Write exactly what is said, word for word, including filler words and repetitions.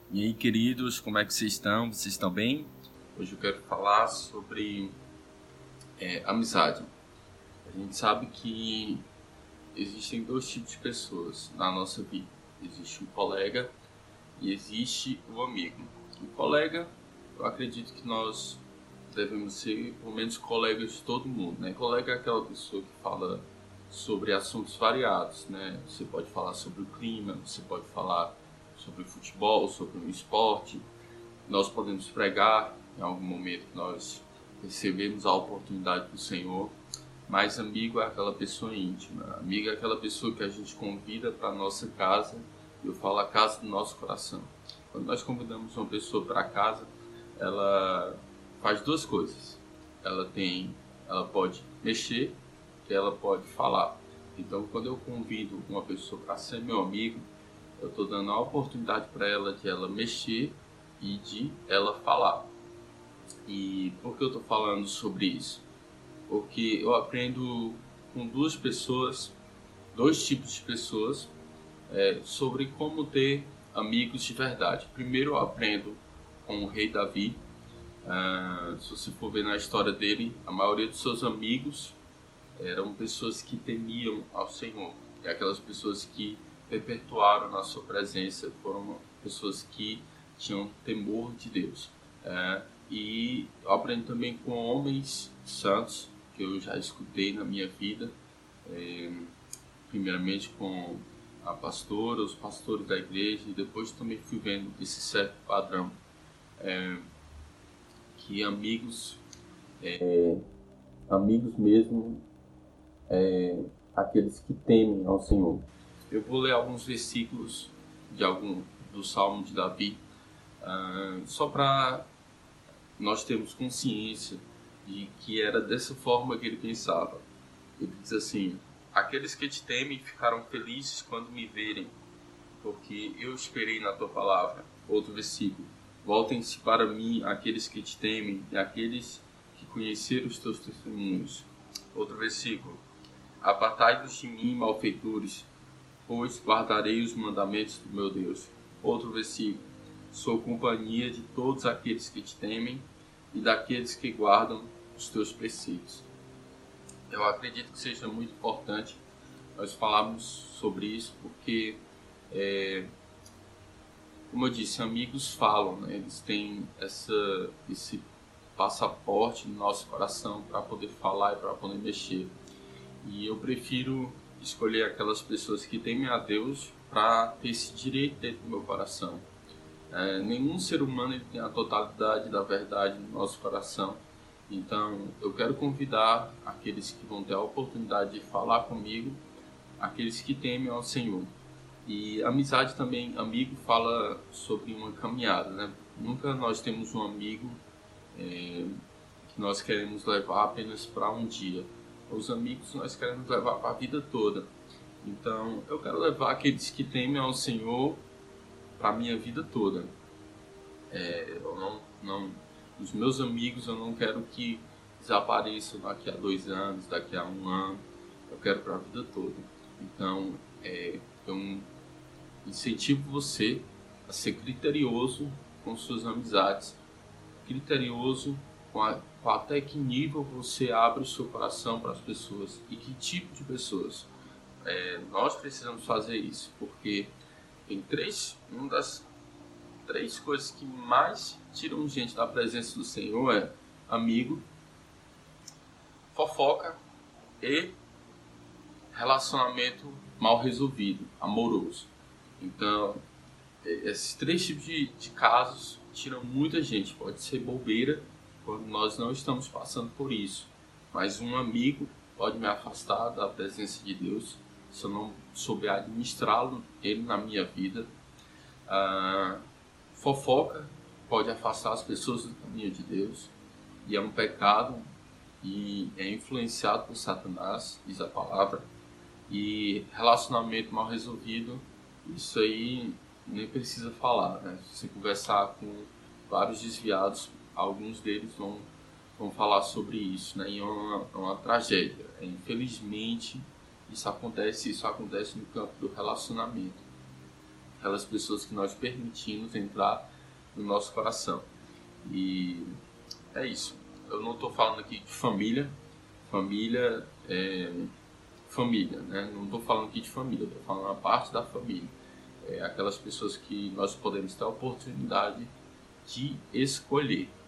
E aí, queridos, como é que vocês estão? Vocês estão bem? Hoje eu quero falar sobre é, amizade. A gente sabe que existem dois tipos de pessoas na nossa vida. Existe o colega e existe o amigo. O colega, eu acredito que nós devemos ser, pelo menos, colegas de todo mundo, né? Colega é aquela pessoa que fala sobre assuntos variados, né? Você pode falar sobre o clima, você pode falar sobre o futebol, sobre o esporte. Nós podemos pregar em algum momento que nós recebemos a oportunidade do Senhor. Mas amigo é aquela pessoa íntima. Amigo é aquela pessoa que a gente convida para a nossa casa. Eu falo a casa do nosso coração. Quando nós convidamos uma pessoa para casa, ela faz duas coisas. Ela tem, ela pode mexer e ela pode falar. Então, quando eu convido uma pessoa para ser meu amigo, eu estou dando a oportunidade para ela de ela mexer e de ela falar. E por que eu estou falando sobre isso? Porque eu aprendo com duas pessoas, dois tipos de pessoas, é, sobre como ter amigos de verdade. Primeiro eu aprendo com o rei Davi. Uh, se você for ver na história dele, a maioria dos seus amigos eram pessoas que temiam ao Senhor. E aquelas pessoas que perpetuaram na sua presença foram pessoas que tinham temor de Deus. Uh, e eu aprendo também com homens santos que eu já escutei na minha vida, é, primeiramente com a pastora, os pastores da igreja, e depois também fui vendo esse certo padrão, é, que amigos, é, amigos mesmo, é, aqueles que temem ao Senhor. Eu vou ler alguns versículos de algum do Salmo de Davi, uh, só para nós termos consciência de que era dessa forma que ele pensava. Ele diz assim: aqueles que te temem ficaram felizes quando me verem, porque eu esperei na tua palavra. Outro versículo: voltem-se para mim aqueles que te temem e aqueles que conheceram os teus testemunhos. Outro versículo: apartai-vos de mim, malfeitores, pois guardarei os mandamentos do meu Deus. Outro versículo: sou companhia de todos aqueles que te temem e daqueles que guardam os teus preceitos. Eu acredito que seja muito importante nós falarmos sobre isso, porque, é, como eu disse, amigos falam, né? Eles têm essa, esse passaporte no nosso coração para poder falar e para poder mexer. E eu prefiro escolher aquelas pessoas que temem a Deus para ter esse direito dentro do meu coração. É, nenhum ser humano ele tem a totalidade da verdade no nosso coração. Então, eu quero convidar aqueles que vão ter a oportunidade de falar comigo, aqueles que temem ao Senhor. E amizade também, amigo fala sobre uma caminhada, né? Nunca nós temos um amigo é, que nós queremos levar apenas para um dia. Os amigos nós queremos levar para a vida toda. Então, eu quero levar aqueles que temem ao Senhor para a minha vida toda. É, eu não, não, os meus amigos eu não quero que desapareçam daqui a dois anos, daqui a um ano. Eu quero para a vida toda. Então, é, eu incentivo você a ser criterioso com suas amizades, criterioso com, a, com até que nível você abre o seu coração para as pessoas e que tipo de pessoas. É, nós precisamos fazer isso, porque tem três, uma das três coisas que mais tiram gente da presença do Senhor é amigo, fofoca e relacionamento mal resolvido, amoroso. Então, esses três tipos de, de casos tiram muita gente. Pode ser bobeira quando nós não estamos passando por isso, mas um amigo pode me afastar da presença de Deus se eu não souber administrá-lo, ele na minha vida. Ah, fofoca pode afastar as pessoas do caminho de Deus e é um pecado e é influenciado por Satanás, diz a palavra. E relacionamento mal resolvido, isso aí nem precisa falar, né? Se você conversar com vários desviados, alguns deles vão, vão falar sobre isso, né? E é uma, é uma tragédia. É, infelizmente, isso acontece, isso acontece no campo do relacionamento. aquelas pessoas que nós permitimos entrar no nosso coração. E é isso. Eu não estou falando aqui de família, família é família, né? Não estou falando aqui de família, estou falando a parte da família. É aquelas pessoas que nós podemos ter a oportunidade de escolher.